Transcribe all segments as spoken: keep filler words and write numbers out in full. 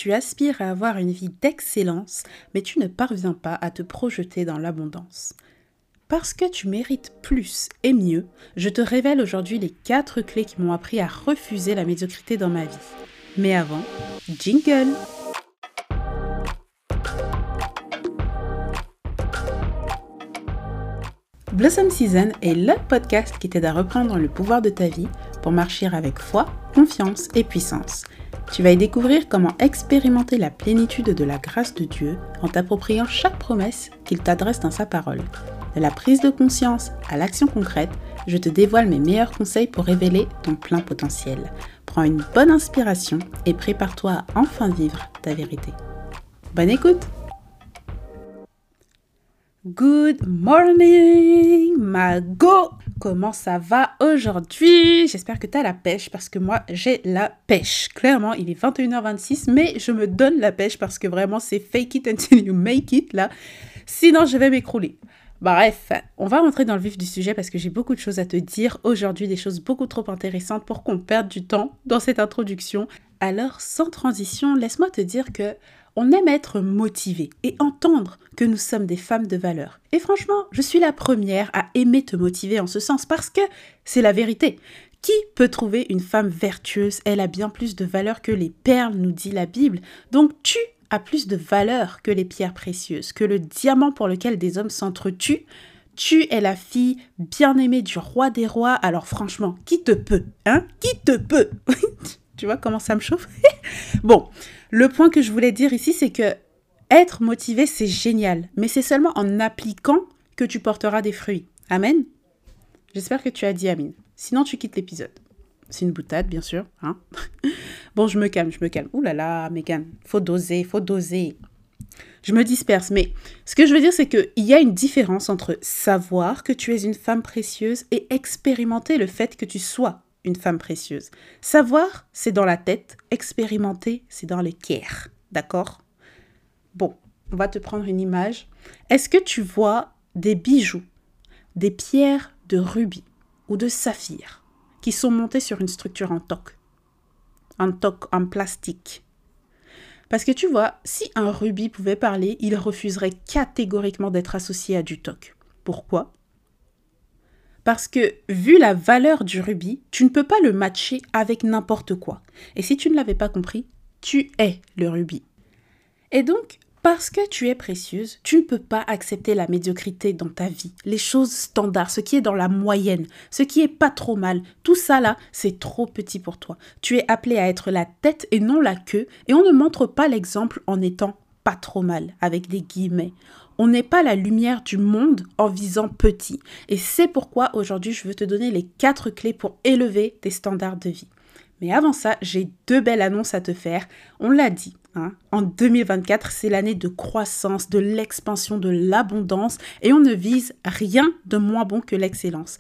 tu aspires à avoir une vie d'excellence, mais tu ne parviens pas à te projeter dans l'abondance. Parce que tu mérites plus et mieux, je te révèle aujourd'hui les quatre clés qui m'ont appris à refuser la médiocrité dans ma vie. Mais avant, jingle! Blossom Season est le podcast qui t'aide à reprendre le pouvoir de ta vie pour marcher avec foi, confiance et puissance. Tu vas y découvrir comment expérimenter la plénitude de la grâce de Dieu en t'appropriant chaque promesse qu'il t'adresse dans sa parole. De la prise de conscience à l'action concrète, je te dévoile mes meilleurs conseils pour révéler ton plein potentiel. Prends une bonne inspiration et prépare-toi à enfin vivre ta vérité. Bonne écoute! Good morning, Mago! Comment ça va aujourd'hui? J'espère que tu as la pêche parce que moi, j'ai la pêche. Clairement, il est vingt et une heures vingt-six, mais je me donne la pêche parce que vraiment, c'est fake it until you make it, là. Sinon, je vais m'écrouler. Bref, on va rentrer dans le vif du sujet parce que j'ai beaucoup de choses à te dire aujourd'hui, des choses beaucoup trop intéressantes pour qu'on perde du temps dans cette introduction. Alors, sans transition, laisse-moi te dire que on aime être motivé et entendre que nous sommes des femmes de valeur. Et franchement, je suis la première à aimer te motiver en ce sens parce que c'est la vérité. Qui peut trouver une femme vertueuse? Elle a bien plus de valeur que les perles, nous dit la Bible. Donc tu as plus de valeur que les pierres précieuses, que le diamant pour lequel des hommes s'entretuent. Tu es la fille bien-aimée du roi des rois. Alors franchement, qui te peut? Hein? Qui te peut? Tu vois comment ça me chauffe? Bon, le point que je voulais dire ici, c'est que être motivé, c'est génial. Mais c'est seulement en appliquant que tu porteras des fruits. Amen? J'espère que tu as dit amen. Sinon, tu quittes l'épisode. C'est une boutade, bien sûr. Hein. Bon, je me calme, je me calme. Ouh là là, Megan, faut doser, faut doser. Je me disperse, mais ce que je veux dire, c'est qu'il y a une différence entre savoir que tu es une femme précieuse et expérimenter le fait que tu sois une femme précieuse. Savoir, c'est dans la tête. Expérimenter, c'est dans le cœur. D'accord? Bon, on va te prendre une image. Est-ce que tu vois des bijoux, des pierres de rubis ou de saphir qui sont montés sur une structure en toc? En toc, en plastique. Parce que tu vois, si un rubis pouvait parler, il refuserait catégoriquement d'être associé à du toc. Pourquoi? Parce que, vu la valeur du rubis, tu ne peux pas le matcher avec n'importe quoi. Et si tu ne l'avais pas compris, tu es le rubis. Et donc, parce que tu es précieuse, tu ne peux pas accepter la médiocrité dans ta vie, les choses standards, ce qui est dans la moyenne, ce qui est pas trop mal. Tout ça là, c'est trop petit pour toi. Tu es appelé à être la tête et non la queue, et on ne montre pas l'exemple en étant pas trop mal, avec des guillemets. On n'est pas la lumière du monde en visant petit. Et c'est pourquoi aujourd'hui, je veux te donner les quatre clés pour élever tes standards de vie. Mais avant ça, j'ai deux belles annonces à te faire. On l'a dit, hein, en deux mille vingt-quatre, c'est l'année de croissance, de l'expansion, de l'abondance. Et on ne vise rien de moins bon que l'excellence.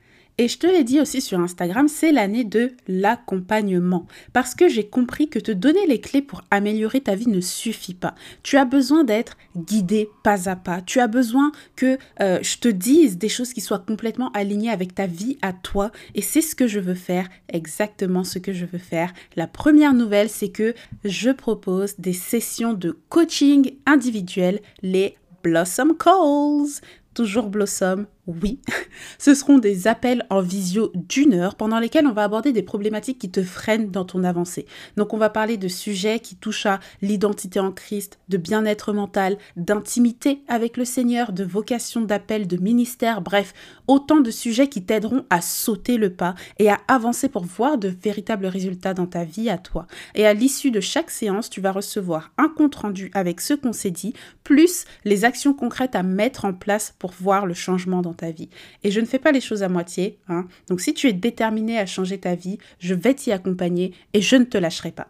Et je te l'ai dit aussi sur Instagram, c'est l'année de l'accompagnement. Parce que j'ai compris que te donner les clés pour améliorer ta vie ne suffit pas. Tu as besoin d'être guidé pas à pas. Tu as besoin que euh, je te dise des choses qui soient complètement alignées avec ta vie à toi. Et c'est ce que je veux faire, exactement ce que je veux faire. La première nouvelle, c'est que je propose des sessions de coaching individuel, les Blossom Calls. Toujours Blossom, oui. Ce seront des appels en visio d'une heure pendant lesquels on va aborder des problématiques qui te freinent dans ton avancée. Donc on va parler de sujets qui touchent à l'identité en Christ, de bien-être mental, d'intimité avec le Seigneur, de vocation, d'appel, de ministère, bref, autant de sujets qui t'aideront à sauter le pas et à avancer pour voir de véritables résultats dans ta vie à toi. Et à l'issue de chaque séance, tu vas recevoir un compte-rendu avec ce qu'on s'est dit, plus les actions concrètes à mettre en place pour voir le changement dans ta vie. Et je ne fais pas les choses à moitié, hein. Donc si tu es déterminé à changer ta vie, je vais t'y accompagner et je ne te lâcherai pas.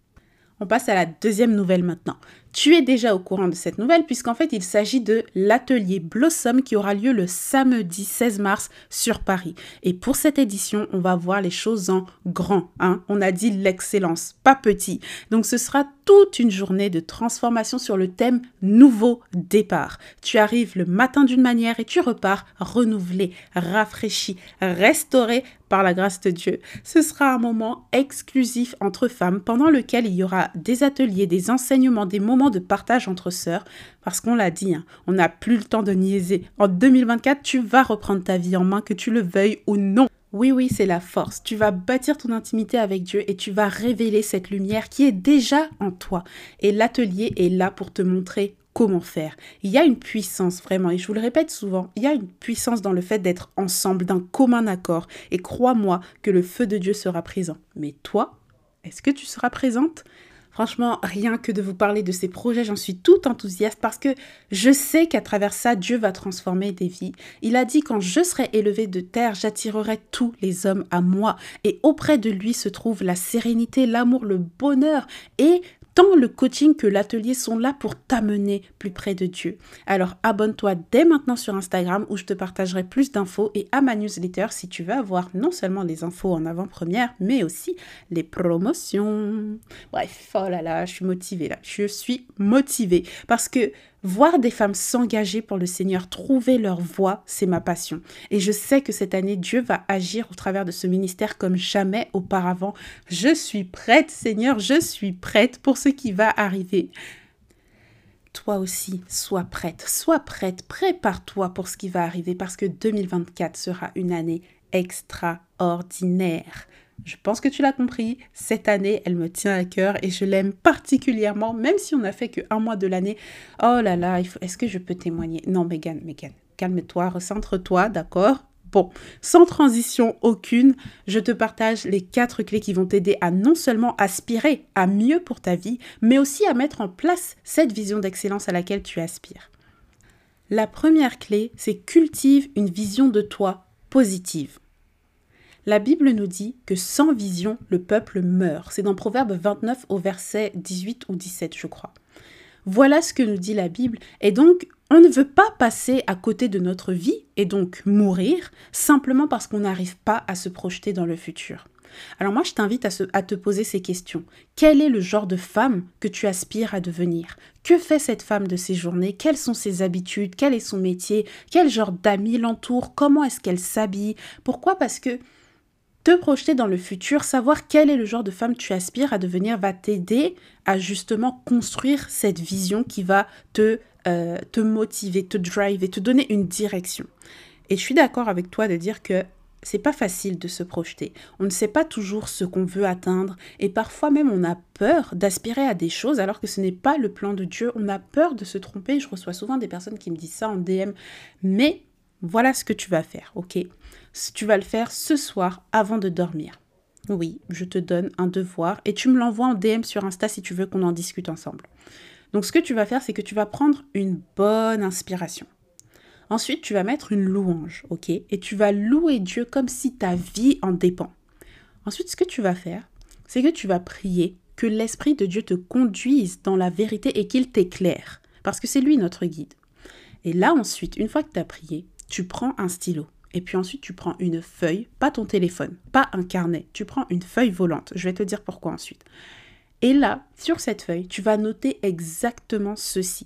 On passe à la deuxième nouvelle maintenant. Tu es déjà au courant de cette nouvelle puisqu'en fait, il s'agit de l'atelier Blossom qui aura lieu le samedi seize mars sur Paris. Et pour cette édition, on va voir les choses en grand. Hein. On a dit l'excellence, pas petit. Donc ce sera toute une journée de transformation sur le thème nouveau départ. Tu arrives le matin d'une manière et tu repars renouvelé, rafraîchi, restauré par la grâce de Dieu. Ce sera un moment exclusif entre femmes pendant lequel il y aura des ateliers, des enseignements, des moments de partage entre sœurs. Parce qu'on l'a dit, hein, on n'a plus le temps de niaiser. En deux mille vingt-quatre, tu vas reprendre ta vie en main, que tu le veuilles ou non. Oui, oui, c'est la force. Tu vas bâtir ton intimité avec Dieu et tu vas révéler cette lumière qui est déjà en toi. Et l'atelier est là pour te montrer comment faire. Il y a une puissance vraiment, et je vous le répète souvent, il y a une puissance dans le fait d'être ensemble, d'un commun accord. Et crois-moi que le feu de Dieu sera présent. Mais toi, est-ce que tu seras présente ? Franchement, rien que de vous parler de ces projets, j'en suis toute enthousiaste parce que je sais qu'à travers ça, Dieu va transformer des vies. Il a dit, quand je serai élevé de terre, j'attirerai tous les hommes à moi. Et auprès de lui se trouve la sérénité, l'amour, le bonheur et tant le coaching que l'atelier sont là pour t'amener plus près de Dieu. Alors abonne-toi dès maintenant sur Instagram où je te partagerai plus d'infos et à ma newsletter si tu veux avoir non seulement les infos en avant-première, mais aussi les promotions. Bref, oh là là, je suis motivée là. Je suis motivée parce que voir des femmes s'engager pour le Seigneur, trouver leur voie, c'est ma passion. Et je sais que cette année, Dieu va agir au travers de ce ministère comme jamais auparavant. Je suis prête, Seigneur, je suis prête pour ce qui va arriver. Toi aussi, sois prête, sois prête, prépare-toi pour ce qui va arriver parce que deux mille vingt-quatre sera une année extraordinaire. Je pense que tu l'as compris, cette année, elle me tient à cœur et je l'aime particulièrement, même si on n'a fait qu'un mois de l'année. Oh là là, il faut... est-ce que je peux témoigner ? Non, Megan, Megan, calme-toi, recentre-toi, d'accord ? Bon, sans transition aucune, je te partage les quatre clés qui vont t'aider à non seulement aspirer à mieux pour ta vie, mais aussi à mettre en place cette vision d'excellence à laquelle tu aspires. La première clé, c'est cultive une vision de toi positive. La Bible nous dit que sans vision, le peuple meurt. C'est dans Proverbe vingt-neuf au verset dix-huit ou dix-sept, je crois. Voilà ce que nous dit la Bible. Et donc, on ne veut pas passer à côté de notre vie et donc mourir simplement parce qu'on n'arrive pas à se projeter dans le futur. Alors moi, je t'invite à, se, à te poser ces questions. Quel est le genre de femme que tu aspires à devenir ? Que fait cette femme de ses journées ? Quelles sont ses habitudes ? Quel est son métier ? Quel genre d'amis l'entoure ? Comment est-ce qu'elle s'habille ? Pourquoi ? Parce que te projeter dans le futur, savoir quel est le genre de femme tu aspires à devenir va t'aider à justement construire cette vision qui va te, euh, te motiver, te driver, te donner une direction. Et je suis d'accord avec toi de dire que c'est pas facile de se projeter. On ne sait pas toujours ce qu'on veut atteindre et parfois même on a peur d'aspirer à des choses alors que ce n'est pas le plan de Dieu. On a peur de se tromper. Je reçois souvent des personnes qui me disent ça en D M. Mais voilà ce que tu vas faire, ok ? Tu vas le faire ce soir avant de dormir. Oui, je te donne un devoir et tu me l'envoies en D M sur Insta si tu veux qu'on en discute ensemble. Donc ce que tu vas faire, c'est que tu vas prendre une bonne inspiration. Ensuite, tu vas mettre une louange, ok ? Et tu vas louer Dieu comme si ta vie en dépend. Ensuite, ce que tu vas faire, c'est que tu vas prier que l'Esprit de Dieu te conduise dans la vérité et qu'il t'éclaire. Parce que c'est lui notre guide. Et là, ensuite, une fois que tu as prié, tu prends un stylo. Et puis ensuite, tu prends une feuille, pas ton téléphone, pas un carnet. Tu prends une feuille volante. Je vais te dire pourquoi ensuite. Et là, sur cette feuille, tu vas noter exactement ceci.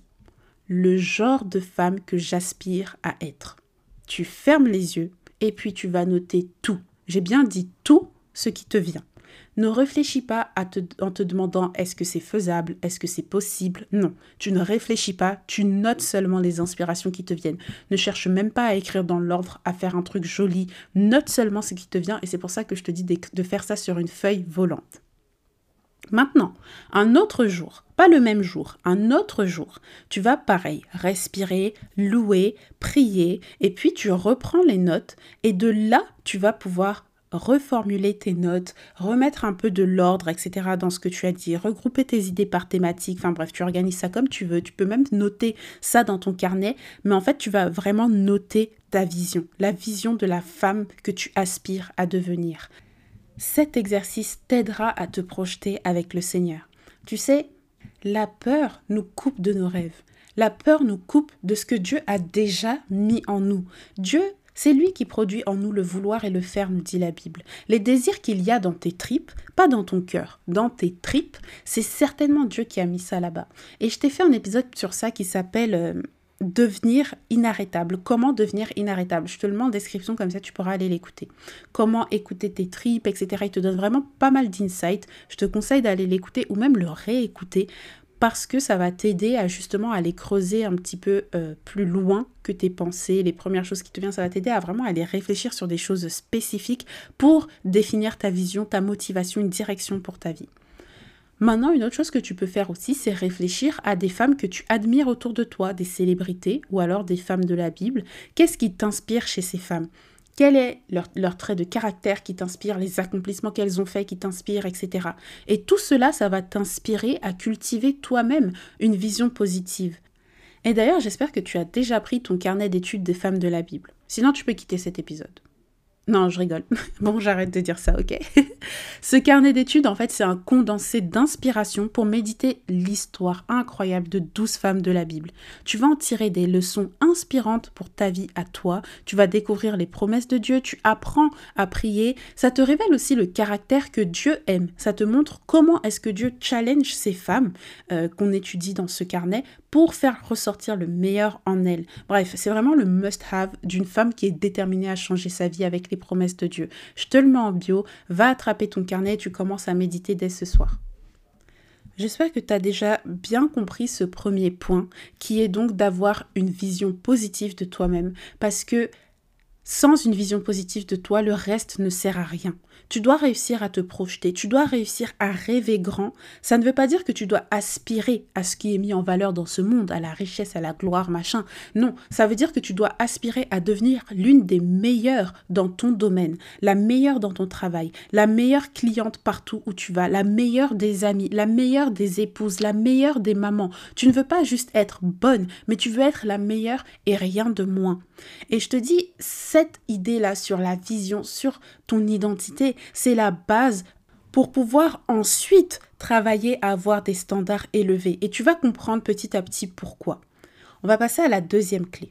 Le genre de femme que j'aspire à être. Tu fermes les yeux et puis tu vas noter tout. J'ai bien dit tout ce qui te vient. Ne réfléchis pas à te, en te demandant est-ce que c'est faisable, est-ce que c'est possible. Non, tu ne réfléchis pas, tu notes seulement les inspirations qui te viennent. Ne cherche même pas à écrire dans l'ordre, à faire un truc joli. Note seulement ce qui te vient et c'est pour ça que je te dis de, de faire ça sur une feuille volante. Maintenant, un autre jour, pas le même jour, un autre jour, tu vas pareil, respirer, louer, prier, et puis tu reprends les notes, et de là, tu vas pouvoir reformuler tes notes, remettre un peu de l'ordre, et cetera dans ce que tu as dit, regrouper tes idées par thématique, enfin bref, tu organises ça comme tu veux, tu peux même noter ça dans ton carnet, mais en fait, tu vas vraiment noter ta vision, la vision de la femme que tu aspires à devenir. Cet exercice t'aidera à te projeter avec le Seigneur. Tu sais, la peur nous coupe de nos rêves. La peur nous coupe de ce que Dieu a déjà mis en nous. Dieu, c'est lui qui produit en nous le vouloir et le faire, nous dit la Bible. Les désirs qu'il y a dans tes tripes, pas dans ton cœur, dans tes tripes, c'est certainement Dieu qui a mis ça là-bas. Et je t'ai fait un épisode sur ça qui s'appelle euh, « devenir inarrêtable. Comment devenir inarrêtable? Je te le mets en description, comme ça tu pourras aller l'écouter. Comment écouter tes tripes, et cetera. Il te donne vraiment pas mal d'insights. Je te conseille d'aller l'écouter ou même le réécouter parce que ça va t'aider à justement aller creuser un petit peu euh, plus loin que tes pensées, les premières choses qui te viennent. Ça va t'aider à vraiment aller réfléchir sur des choses spécifiques pour définir ta vision, ta motivation, une direction pour ta vie. Maintenant, une autre chose que tu peux faire aussi, c'est réfléchir à des femmes que tu admires autour de toi, des célébrités ou alors des femmes de la Bible. Qu'est-ce qui t'inspire chez ces femmes? Quel est leur, leur trait de caractère qui t'inspire, les accomplissements qu'elles ont faits qui t'inspirent, et cetera. Et tout cela, ça va t'inspirer à cultiver toi-même une vision positive. Et d'ailleurs, j'espère que tu as déjà pris ton carnet d'études des femmes de la Bible. Sinon, tu peux quitter cet épisode. Non, je rigole. Bon, j'arrête de dire ça, ok? Ce carnet d'études, en fait, c'est un condensé d'inspiration pour méditer l'histoire incroyable de douze femmes de la Bible. Tu vas en tirer des leçons inspirantes pour ta vie à toi. Tu vas découvrir les promesses de Dieu. Tu apprends à prier. Ça te révèle aussi le caractère que Dieu aime. Ça te montre comment est-ce que Dieu challenge ces femmes euh, qu'on étudie dans ce carnet pour faire ressortir le meilleur en elles. Bref, c'est vraiment le must-have d'une femme qui est déterminée à changer sa vie avec les promesses de Dieu. Je te le mets en bio, va attraper ton carnet et tu commences à méditer dès ce soir. J'espère que tu as déjà bien compris ce premier point, qui est donc d'avoir une vision positive de toi-même, parce que sans une vision positive de toi, le reste ne sert à rien. Tu dois réussir à te projeter, tu dois réussir à rêver grand. Ça ne veut pas dire que tu dois aspirer à ce qui est mis en valeur dans ce monde, à la richesse, à la gloire, machin. Non, ça veut dire que tu dois aspirer à devenir l'une des meilleures dans ton domaine, la meilleure dans ton travail, la meilleure cliente partout où tu vas, la meilleure des amies, la meilleure des épouses, la meilleure des mamans. Tu ne veux pas juste être bonne, mais tu veux être la meilleure et rien de moins. Et je te dis, cette idée-là sur la vision, sur ton identité, c'est la base pour pouvoir ensuite travailler à avoir des standards élevés. Et tu vas comprendre petit à petit pourquoi. On va passer à la deuxième clé.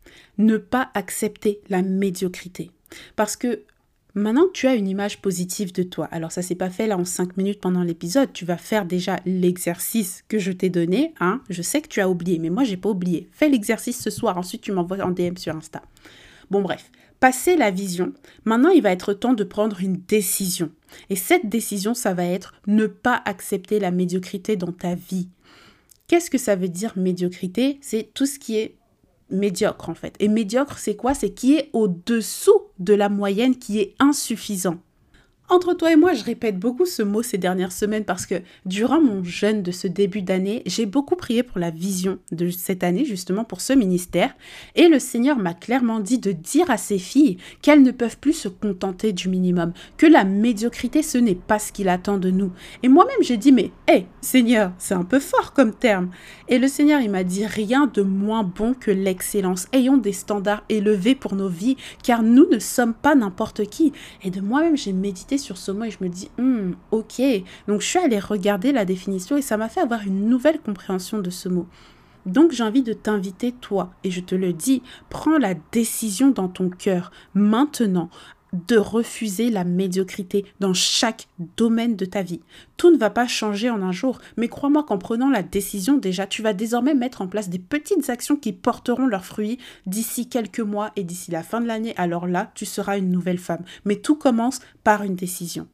Ne pas accepter la médiocrité. Parce que maintenant que tu as une image positive de toi, alors ça s'est pas fait là en cinq minutes pendant l'épisode, tu vas faire déjà l'exercice que je t'ai donné, hein. Je sais que tu as oublié, mais moi j'ai pas oublié. Fais l'exercice ce soir, ensuite tu m'envoies en D M sur Insta. Bon bref, passer la vision, maintenant il va être temps de prendre une décision. Et cette décision, ça va être ne pas accepter la médiocrité dans ta vie. Qu'est-ce que ça veut dire médiocrité? C'est tout ce qui est médiocre en fait. Et médiocre, c'est quoi? C'est qui est au-dessous de la moyenne, qui est insuffisant. Entre toi et moi, je répète beaucoup ce mot ces dernières semaines parce que durant mon jeûne de ce début d'année, j'ai beaucoup prié pour la vision de cette année, justement pour ce ministère. Et le Seigneur m'a clairement dit de dire à ces filles qu'elles ne peuvent plus se contenter du minimum, que la médiocrité, ce n'est pas ce qu'il attend de nous. Et moi-même, j'ai dit, mais hé, hey, Seigneur, c'est un peu fort comme terme. Et le Seigneur, il m'a dit, rien de moins bon que l'excellence. Ayons des standards élevés pour nos vies, car nous ne sommes pas n'importe qui. Et de moi-même, j'ai médité sur ce mot et je me dis, hmm, ok. Donc, je suis allée regarder la définition et ça m'a fait avoir une nouvelle compréhension de ce mot. Donc, j'ai envie de t'inviter, toi, et je te le dis, prends la décision dans ton cœur, maintenant, de refuser la médiocrité dans chaque domaine de ta vie. Tout ne va pas changer en un jour, mais crois-moi qu'en prenant la décision déjà, tu vas désormais mettre en place des petites actions qui porteront leurs fruits d'ici quelques mois et d'ici la fin de l'année. Alors là, tu seras une nouvelle femme. Mais tout commence par une décision.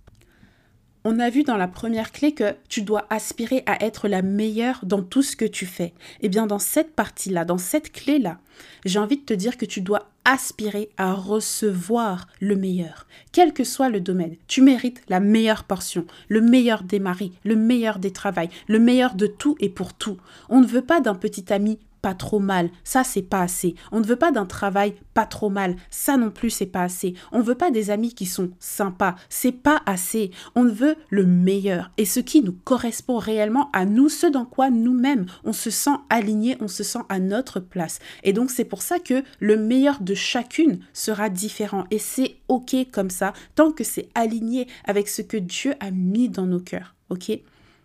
On a vu dans la première clé que tu dois aspirer à être la meilleure dans tout ce que tu fais. Eh bien, dans cette partie-là, dans cette clé-là, j'ai envie de te dire que tu dois aspirer à recevoir le meilleur. Quel que soit le domaine, tu mérites la meilleure portion, le meilleur des maris, le meilleur des travails, le meilleur de tout et pour tout. On ne veut pas d'un petit ami pas trop mal, ça c'est pas assez. On ne veut pas d'un travail pas trop mal, ça non plus c'est pas assez. On ne veut pas des amis qui sont sympas, c'est pas assez. On veut le meilleur et ce qui nous correspond réellement à nous, ce dans quoi nous-mêmes on se sent aligné, on se sent à notre place. Et donc c'est pour ça que le meilleur de chacune sera différent et c'est ok comme ça, tant que c'est aligné avec ce que Dieu a mis dans nos cœurs, ok ?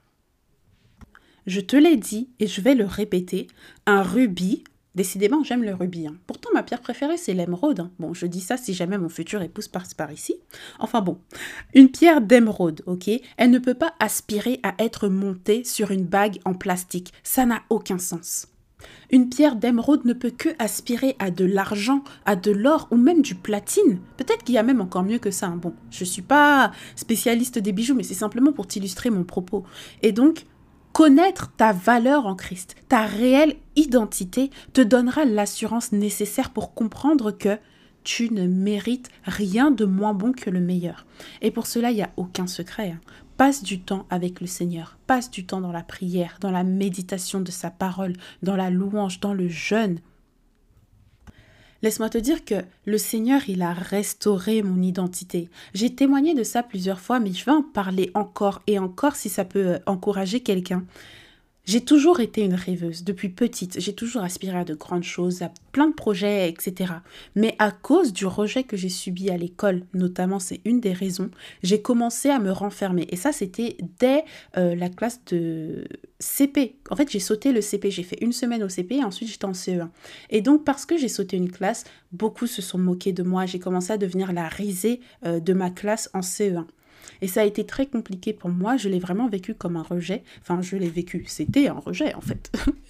Je te l'ai dit et je vais le répéter, un rubis, décidément j'aime le rubis, hein. Pourtant ma pierre préférée c'est l'émeraude, hein. Bon je dis ça si jamais mon futur épouse passe par ici, enfin bon, une pierre d'émeraude, ok, elle ne peut pas aspirer à être montée sur une bague en plastique, ça n'a aucun sens. Une pierre d'émeraude ne peut que aspirer à de l'argent, à de l'or ou même du platine. Peut-être qu'il y a même encore mieux que ça. Hein. Bon, je ne suis pas spécialiste des bijoux, mais c'est simplement pour t'illustrer mon propos. Et donc, connaître ta valeur en Christ, ta réelle identité, te donnera l'assurance nécessaire pour comprendre que tu ne mérites rien de moins bon que le meilleur. Et pour cela, il n'y a aucun secret. Hein. Passe du temps avec le Seigneur, passe du temps dans la prière, dans la méditation de sa parole, dans la louange, dans le jeûne. Laisse-moi te dire que le Seigneur, il a restauré mon identité. J'ai témoigné de ça plusieurs fois, mais je vais en parler encore et encore si ça peut encourager quelqu'un. J'ai toujours été une rêveuse, depuis petite. J'ai toujours aspiré à de grandes choses, à plein de projets, et cetera. Mais à cause du rejet que j'ai subi à l'école, notamment, c'est une des raisons, j'ai commencé à me renfermer. Et ça, c'était dès euh, la classe de C P. En fait, j'ai sauté le C P. J'ai fait une semaine au C P et ensuite j'étais en C E un. Et donc, parce que j'ai sauté une classe, beaucoup se sont moqués de moi. J'ai commencé à devenir la risée euh, de ma classe en C E un. Et ça a été très compliqué pour moi, je l'ai vraiment vécu comme un rejet. Enfin, je l'ai vécu, c'était un rejet en fait.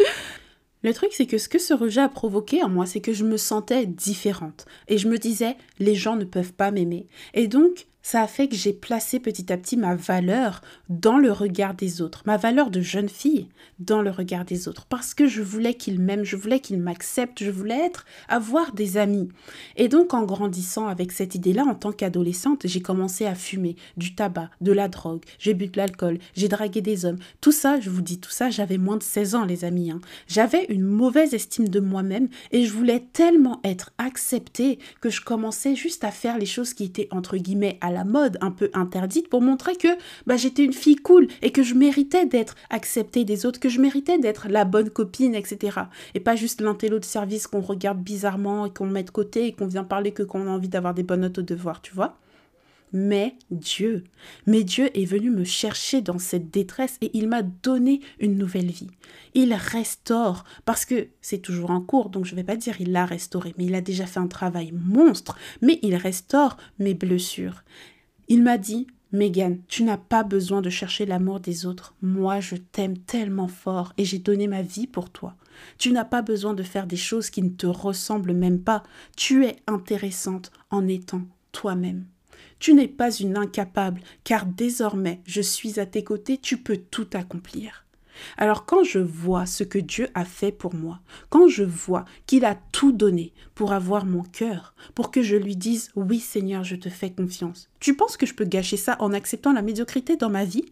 Le truc, c'est que ce que ce rejet a provoqué en moi, c'est que je me sentais différente. Et je me disais, les gens ne peuvent pas m'aimer. Et donc, ça a fait que j'ai placé petit à petit ma valeur dans le regard des autres. Ma valeur de jeune fille dans le regard des autres. Parce que je voulais qu'ils m'aiment, je voulais qu'ils m'acceptent, je voulais être, avoir des amis. Et donc, en grandissant avec cette idée-là, en tant qu'adolescente, j'ai commencé à fumer du tabac, de la drogue, j'ai bu de l'alcool, j'ai dragué des hommes. Tout ça, je vous dis tout ça, j'avais moins de seize ans, les amis. Hein. J'avais une mauvaise estime de moi-même et je voulais tellement être acceptée que je commençais juste à faire les choses qui étaient entre guillemets à la mode, un peu interdite, pour montrer que bah, j'étais une fille cool et que je méritais d'être acceptée des autres, que je méritais d'être la bonne copine, et cetera. Et pas juste l'intello de service qu'on regarde bizarrement et qu'on met de côté et qu'on vient parler que quand on a envie d'avoir des bonnes notes au devoir, tu vois. Mais Dieu, mais Dieu est venu me chercher dans cette détresse et il m'a donné une nouvelle vie. Il restaure, parce que c'est toujours en cours, donc je ne vais pas dire il l'a restauré, mais il a déjà fait un travail monstre, mais il restaure mes blessures. Il m'a dit, Megan, tu n'as pas besoin de chercher l'amour des autres. Moi, je t'aime tellement fort et j'ai donné ma vie pour toi. Tu n'as pas besoin de faire des choses qui ne te ressemblent même pas. Tu es intéressante en étant toi-même. Tu n'es pas une incapable, car désormais, je suis à tes côtés, tu peux tout accomplir. Alors quand je vois ce que Dieu a fait pour moi, quand je vois qu'il a tout donné pour avoir mon cœur, pour que je lui dise « Oui Seigneur, je te fais confiance », tu penses que je peux gâcher ça en acceptant la médiocrité dans ma vie ?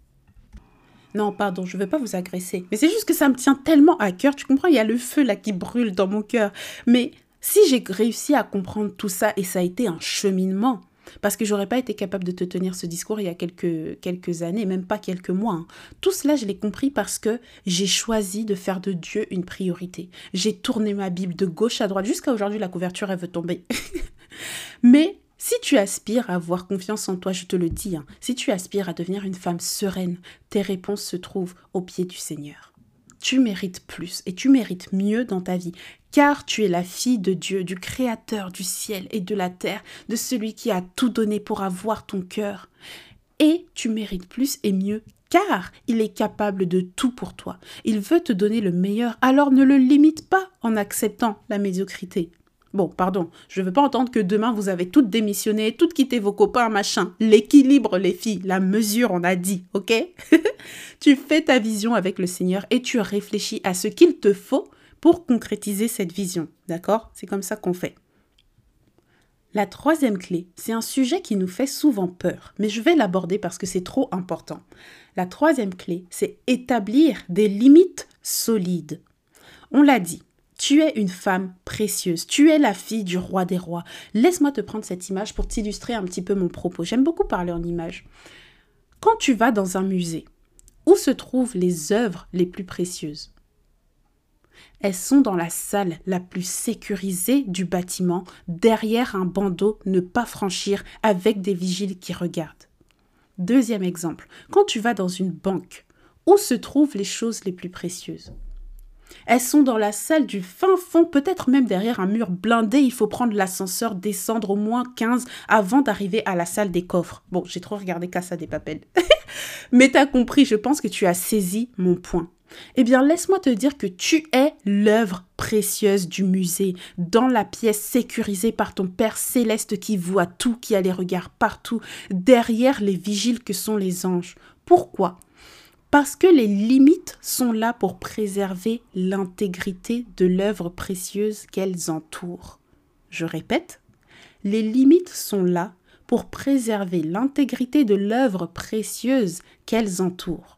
Non, pardon, je ne veux pas vous agresser, mais c'est juste que ça me tient tellement à cœur, tu comprends, il y a le feu là qui brûle dans mon cœur. Mais si j'ai réussi à comprendre tout ça et ça a été un cheminement, parce que j'aurais pas été capable de te tenir ce discours il y a quelques, quelques années, même pas quelques mois. Hein. Tout cela, je l'ai compris parce que j'ai choisi de faire de Dieu une priorité. J'ai tourné ma Bible de gauche à droite. Jusqu'à aujourd'hui, la couverture, elle veut tomber. Mais si tu aspires à avoir confiance en toi, je te le dis, hein, si tu aspires à devenir une femme sereine, tes réponses se trouvent au pied du Seigneur. Tu mérites plus et tu mérites mieux dans ta vie, car tu es la fille de Dieu, du Créateur du ciel et de la terre, de celui qui a tout donné pour avoir ton cœur. Et tu mérites plus et mieux, car il est capable de tout pour toi. Il veut te donner le meilleur, alors ne le limite pas en acceptant la médiocrité. Bon, pardon, je ne veux pas entendre que demain vous avez toutes démissionné, toutes quitté vos copains, machin. L'équilibre, les filles, la mesure, on a dit, ok? Tu fais ta vision avec le Seigneur et tu réfléchis à ce qu'il te faut pour concrétiser cette vision, d'accord? C'est comme ça qu'on fait. La troisième clé, c'est un sujet qui nous fait souvent peur, mais je vais l'aborder parce que c'est trop important. La troisième clé, c'est établir des limites solides. On l'a dit. Tu es une femme précieuse, tu es la fille du roi des rois. Laisse-moi te prendre cette image pour t'illustrer un petit peu mon propos. J'aime beaucoup parler en images. Quand tu vas dans un musée, où se trouvent les œuvres les plus précieuses ? Elles sont dans la salle la plus sécurisée du bâtiment, derrière un bandeau « Ne pas franchir » avec des vigiles qui regardent. Deuxième exemple, quand tu vas dans une banque, où se trouvent les choses les plus précieuses ? Elles sont dans la salle du fin fond, peut-être même derrière un mur blindé. Il faut prendre l'ascenseur, descendre au moins quinze avant d'arriver à la salle des coffres. Bon, j'ai trop regardé Casa de Papel. Mais t'as compris, je pense que tu as saisi mon point. Eh bien, laisse-moi te dire que tu es l'œuvre précieuse du musée, dans la pièce sécurisée par ton Père céleste qui voit tout, qui a les regards partout, derrière les vigiles que sont les anges. Pourquoi ? Parce que les limites sont là pour préserver l'intégrité de l'œuvre précieuse qu'elles entourent. Je répète, les limites sont là pour préserver l'intégrité de l'œuvre précieuse qu'elles entourent.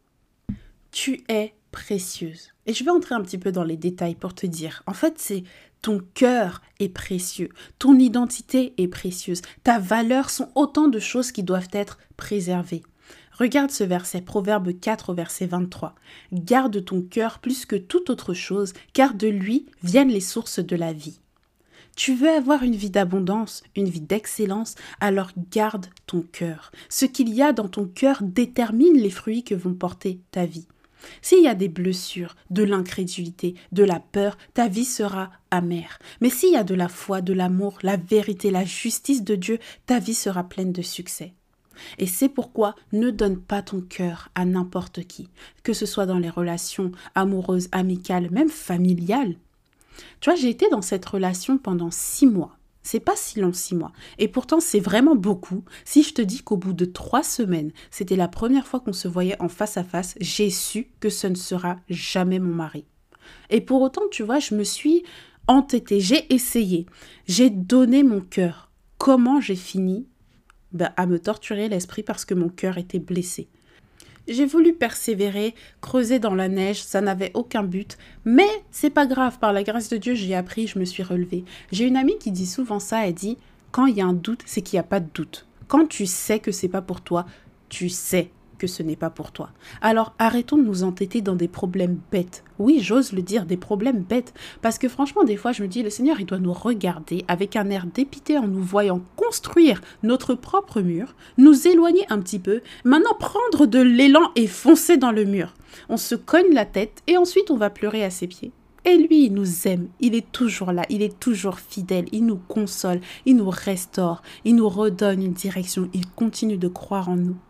Tu es précieuse. Et je vais entrer un petit peu dans les détails pour te dire. En fait, c'est ton cœur est précieux, ton identité est précieuse, ta valeur sont autant de choses qui doivent être préservées. Regarde ce verset, Proverbe quatre au verset vingt-trois. Garde ton cœur plus que toute autre chose, car de lui viennent les sources de la vie. Tu veux avoir une vie d'abondance, une vie d'excellence, alors garde ton cœur. Ce qu'il y a dans ton cœur détermine les fruits que vont porter ta vie. S'il y a des blessures, de l'incrédulité, de la peur, ta vie sera amère. Mais s'il y a de la foi, de l'amour, la vérité, la justice de Dieu, ta vie sera pleine de succès. Et c'est pourquoi ne donne pas ton cœur à n'importe qui, que ce soit dans les relations amoureuses, amicales, même familiales. Tu vois, j'ai été dans cette relation pendant six mois. C'est pas si long, six mois. Et pourtant, c'est vraiment beaucoup. Si je te dis qu'au bout de trois semaines, c'était la première fois qu'on se voyait en face à face, j'ai su que ce ne sera jamais mon mari. Et pour autant, tu vois, je me suis entêtée, j'ai essayé, j'ai donné mon cœur. Comment j'ai fini ? Ben, à me torturer l'esprit parce que mon cœur était blessé. J'ai voulu persévérer, creuser dans la neige, ça n'avait aucun but, mais c'est pas grave, par la grâce de Dieu, j'ai appris, je me suis relevée. J'ai une amie qui dit souvent ça, elle dit, quand il y a un doute, c'est qu'il n'y a pas de doute. Quand tu sais que c'est pas pour toi, tu sais que ce n'est pas pour toi. Alors arrêtons de nous entêter dans des problèmes bêtes. Oui, j'ose le dire, des problèmes bêtes. Parce que franchement, des fois, je me dis, le Seigneur, il doit nous regarder avec un air dépité en nous voyant construire notre propre mur, nous éloigner un petit peu, maintenant prendre de l'élan et foncer dans le mur. On se cogne la tête et ensuite on va pleurer à ses pieds. Et lui, il nous aime, il est toujours là, il est toujours fidèle, il nous console, il nous restaure, il nous redonne une direction, il continue de croire en nous.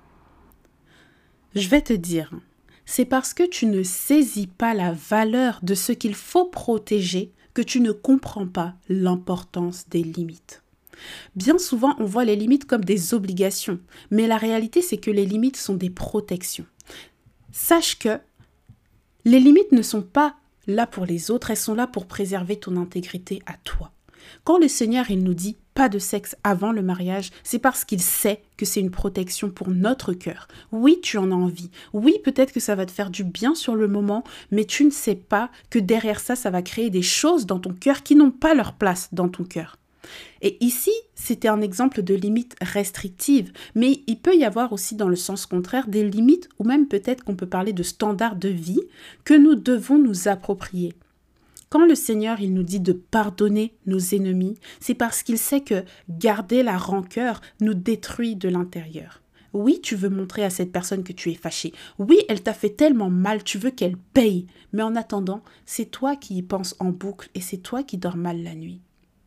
Je vais te dire, c'est parce que tu ne saisis pas la valeur de ce qu'il faut protéger que tu ne comprends pas l'importance des limites. Bien souvent, on voit les limites comme des obligations, mais la réalité, c'est que les limites sont des protections. Sache que les limites ne sont pas là pour les autres, elles sont là pour préserver ton intégrité à toi. Quand le Seigneur, il nous dit pas de sexe avant le mariage, c'est parce qu'il sait que c'est une protection pour notre cœur. Oui, tu en as envie. Oui, peut-être que ça va te faire du bien sur le moment, mais tu ne sais pas que derrière ça, ça va créer des choses dans ton cœur qui n'ont pas leur place dans ton cœur. Et ici, c'était un exemple de limite restrictive, mais il peut y avoir aussi dans le sens contraire des limites, ou même peut-être qu'on peut parler de standards de vie que nous devons nous approprier. Quand le Seigneur il nous dit de pardonner nos ennemis, c'est parce qu'il sait que garder la rancœur nous détruit de l'intérieur. Oui, tu veux montrer à cette personne que tu es fâché. Oui, elle t'a fait tellement mal, tu veux qu'elle paye. Mais en attendant, c'est toi qui y penses en boucle et c'est toi qui dors mal la nuit.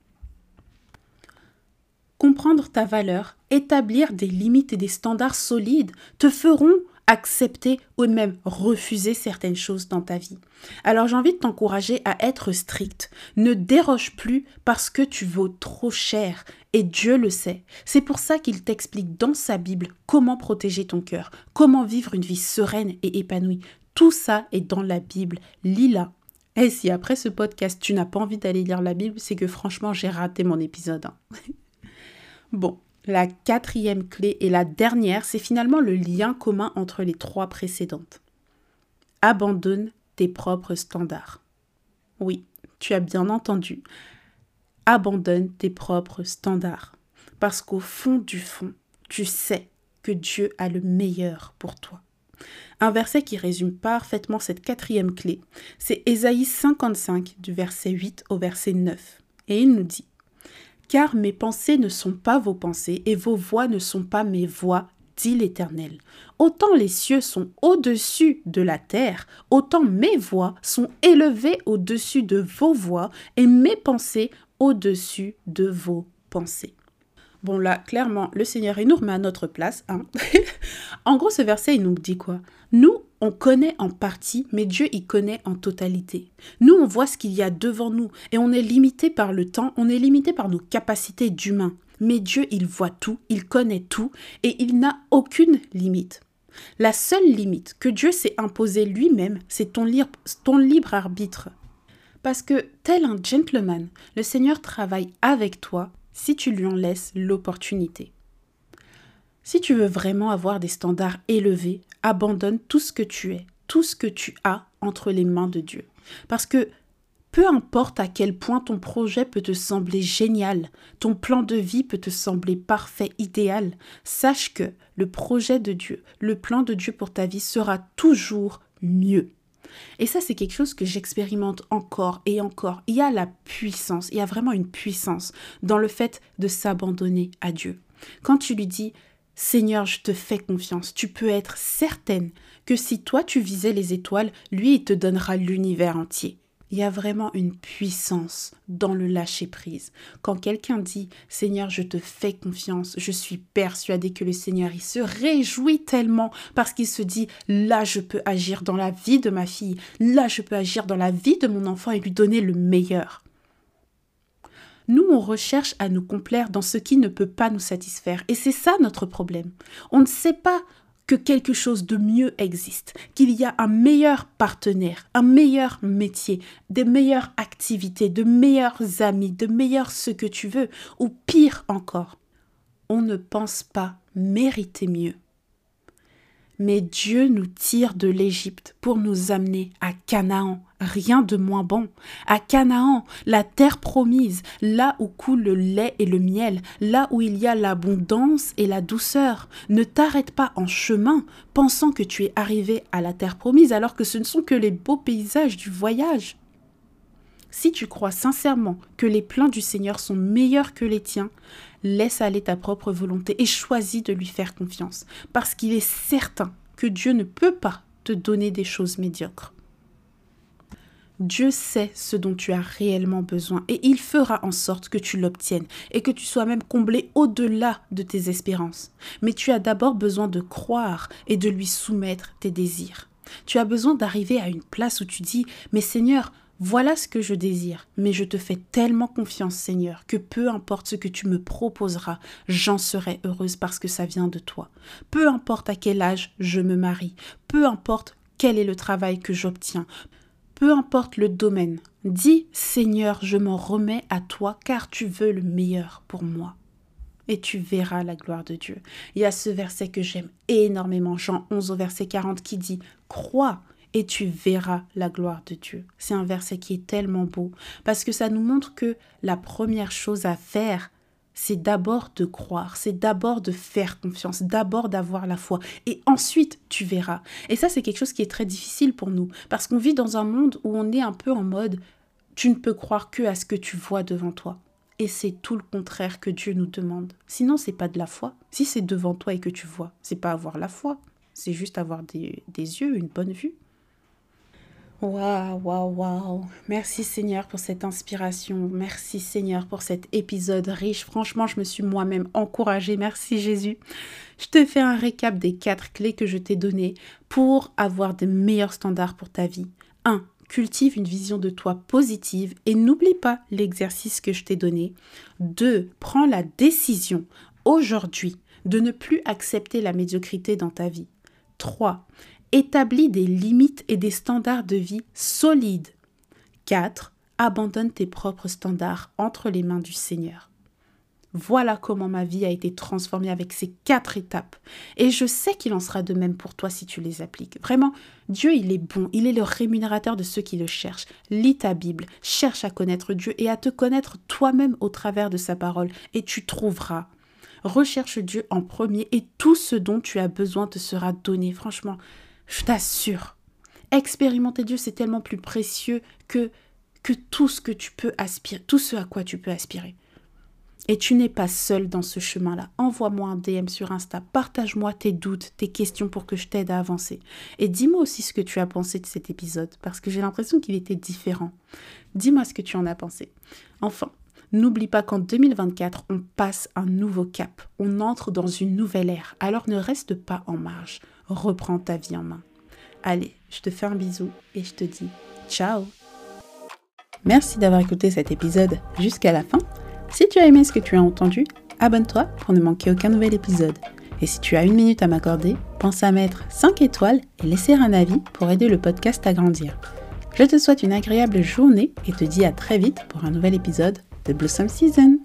Comprendre ta valeur, établir des limites et des standards solides te feront accepter ou même refuser certaines choses dans ta vie. Alors j'ai envie de t'encourager à être strict. Ne déroge plus parce que tu vaux trop cher et Dieu le sait. C'est pour ça qu'il t'explique dans sa Bible comment protéger ton cœur, comment vivre une vie sereine et épanouie. Tout ça est dans la Bible. Lis-la. Et si après ce podcast tu n'as pas envie d'aller lire la Bible, c'est que franchement j'ai raté mon épisode. Hein. Bon. La quatrième clé et la dernière, c'est finalement le lien commun entre les trois précédentes. Abandonne tes propres standards. Oui, tu as bien entendu. Abandonne tes propres standards. Parce qu'au fond du fond, tu sais que Dieu a le meilleur pour toi. Un verset qui résume parfaitement cette quatrième clé, c'est Ésaïe cinquante-cinq du verset huit au verset neuf. Et il nous dit: car mes pensées ne sont pas vos pensées et vos voix ne sont pas mes voix, dit l'Éternel. Autant les cieux sont au-dessus de la terre, autant mes voix sont élevées au-dessus de vos voix et mes pensées au-dessus de vos pensées. Bon là, clairement, le Seigneur, il nous remet à notre place. Hein. En gros, ce verset, il nous dit quoi? Nous, On connaît en partie, mais Dieu y connaît en totalité. Nous, on voit ce qu'il y a devant nous et on est limité par le temps, on est limité par nos capacités d'humain. Mais Dieu, il voit tout, il connaît tout et il n'a aucune limite. La seule limite que Dieu s'est imposée lui-même, c'est ton, libre, ton libre arbitre. Parce que, tel un gentleman, le Seigneur travaille avec toi si tu lui en laisses l'opportunité. Si tu veux vraiment avoir des standards élevés, abandonne tout ce que tu es, tout ce que tu as entre les mains de Dieu. Parce que peu importe à quel point ton projet peut te sembler génial, ton plan de vie peut te sembler parfait, idéal, sache que le projet de Dieu, le plan de Dieu pour ta vie sera toujours mieux. Et ça, c'est quelque chose que j'expérimente encore et encore. Il y a la puissance, il y a vraiment une puissance dans le fait de s'abandonner à Dieu. Quand tu lui dis « Seigneur, je te fais confiance », tu peux être certaine que si toi tu visais les étoiles, lui, il te donnera l'univers entier. Il y a vraiment une puissance dans le lâcher-prise. Quand quelqu'un dit « Seigneur, je te fais confiance », je suis persuadée que le Seigneur, il se réjouit tellement parce qu'il se dit « Là, je peux agir dans la vie de ma fille. Là, je peux agir dans la vie de mon enfant et lui donner le meilleur. » Nous, on recherche à nous complaire dans ce qui ne peut pas nous satisfaire. Et c'est ça notre problème. On ne sait pas que quelque chose de mieux existe, qu'il y a un meilleur partenaire, un meilleur métier, des meilleures activités, de meilleurs amis, de meilleurs ce que tu veux, ou pire encore. On ne pense pas mériter mieux. Mais Dieu nous tire de l'Égypte pour nous amener à Canaan, rien de moins bon. À Canaan, la terre promise, là où coule le lait et le miel, là où il y a l'abondance et la douceur. Ne t'arrête pas en chemin, pensant que tu es arrivé à la terre promise, alors que ce ne sont que les beaux paysages du voyage. Si tu crois sincèrement que les plans du Seigneur sont meilleurs que les tiens, laisse aller ta propre volonté et choisis de lui faire confiance, parce qu'il est certain que Dieu ne peut pas te donner des choses médiocres. Dieu sait ce dont tu as réellement besoin et il fera en sorte que tu l'obtiennes et que tu sois même comblé au-delà de tes espérances. Mais tu as d'abord besoin de croire et de lui soumettre tes désirs. Tu as besoin d'arriver à une place où tu dis « Mais Seigneur, voilà ce que je désire, mais je te fais tellement confiance, Seigneur, que peu importe ce que tu me proposeras, j'en serai heureuse parce que ça vient de toi. Peu importe à quel âge je me marie, peu importe quel est le travail que j'obtiens, peu importe le domaine, dis, Seigneur, je m'en remets à toi car tu veux le meilleur pour moi. Et tu verras la gloire de Dieu. Il y a ce verset que j'aime énormément, Jean onze au verset quarante, qui dit « Crois ». Et tu verras la gloire de Dieu. C'est un verset qui est tellement beau parce que ça nous montre que la première chose à faire, c'est d'abord de croire, c'est d'abord de faire confiance, d'abord d'avoir la foi et ensuite tu verras. Et ça, c'est quelque chose qui est très difficile pour nous parce qu'on vit dans un monde où on est un peu en mode « tu ne peux croire que à ce que tu vois devant toi ». Et c'est tout le contraire que Dieu nous demande. Sinon, c'est pas de la foi. Si c'est devant toi et que tu vois, c'est pas avoir la foi, c'est juste avoir des, des yeux, une bonne vue. Waouh, waouh, waouh. Merci Seigneur pour cette inspiration. Merci Seigneur pour cet épisode riche. Franchement, je me suis moi-même encouragée. Merci Jésus. Je te fais un récap des quatre clés que je t'ai données pour avoir des meilleurs standards pour ta vie. un. Cultive une vision de toi positive et n'oublie pas l'exercice que je t'ai donné. deux. Prends la décision aujourd'hui de ne plus accepter la médiocrité dans ta vie. trois. Établis des limites et des standards de vie solides. quatre. Abandonne tes propres standards entre les mains du Seigneur. Voilà comment ma vie a été transformée avec ces quatre étapes. Et je sais qu'il en sera de même pour toi si tu les appliques. Vraiment, Dieu, il est bon. Il est le rémunérateur de ceux qui le cherchent. Lis ta Bible, cherche à connaître Dieu et à te connaître toi-même au travers de sa parole. Et tu trouveras. Recherche Dieu en premier et tout ce dont tu as besoin te sera donné. Franchement, je t'assure. Expérimenter Dieu, c'est tellement plus précieux que, que tout ce que tu peux aspirer, tout ce à quoi tu peux aspirer. Et tu n'es pas seul dans ce chemin-là. Envoie-moi un D M sur Insta, partage-moi tes doutes, tes questions pour que je t'aide à avancer. Et dis-moi aussi ce que tu as pensé de cet épisode, parce que j'ai l'impression qu'il était différent. Dis-moi ce que tu en as pensé. Enfin, n'oublie pas qu'en deux mille vingt-quatre, on passe un nouveau cap. On entre dans une nouvelle ère. Alors ne reste pas en marge. Reprends ta vie en main. Allez, je te fais un bisou et je te dis ciao. Merci d'avoir écouté cet épisode jusqu'à la fin. Si tu as aimé ce que tu as entendu, abonne-toi pour ne manquer aucun nouvel épisode. Et si tu as une minute à m'accorder, pense à mettre cinq étoiles et laisser un avis pour aider le podcast à grandir. Je te souhaite une agréable journée et te dis à très vite pour un nouvel épisode de Blossom Season.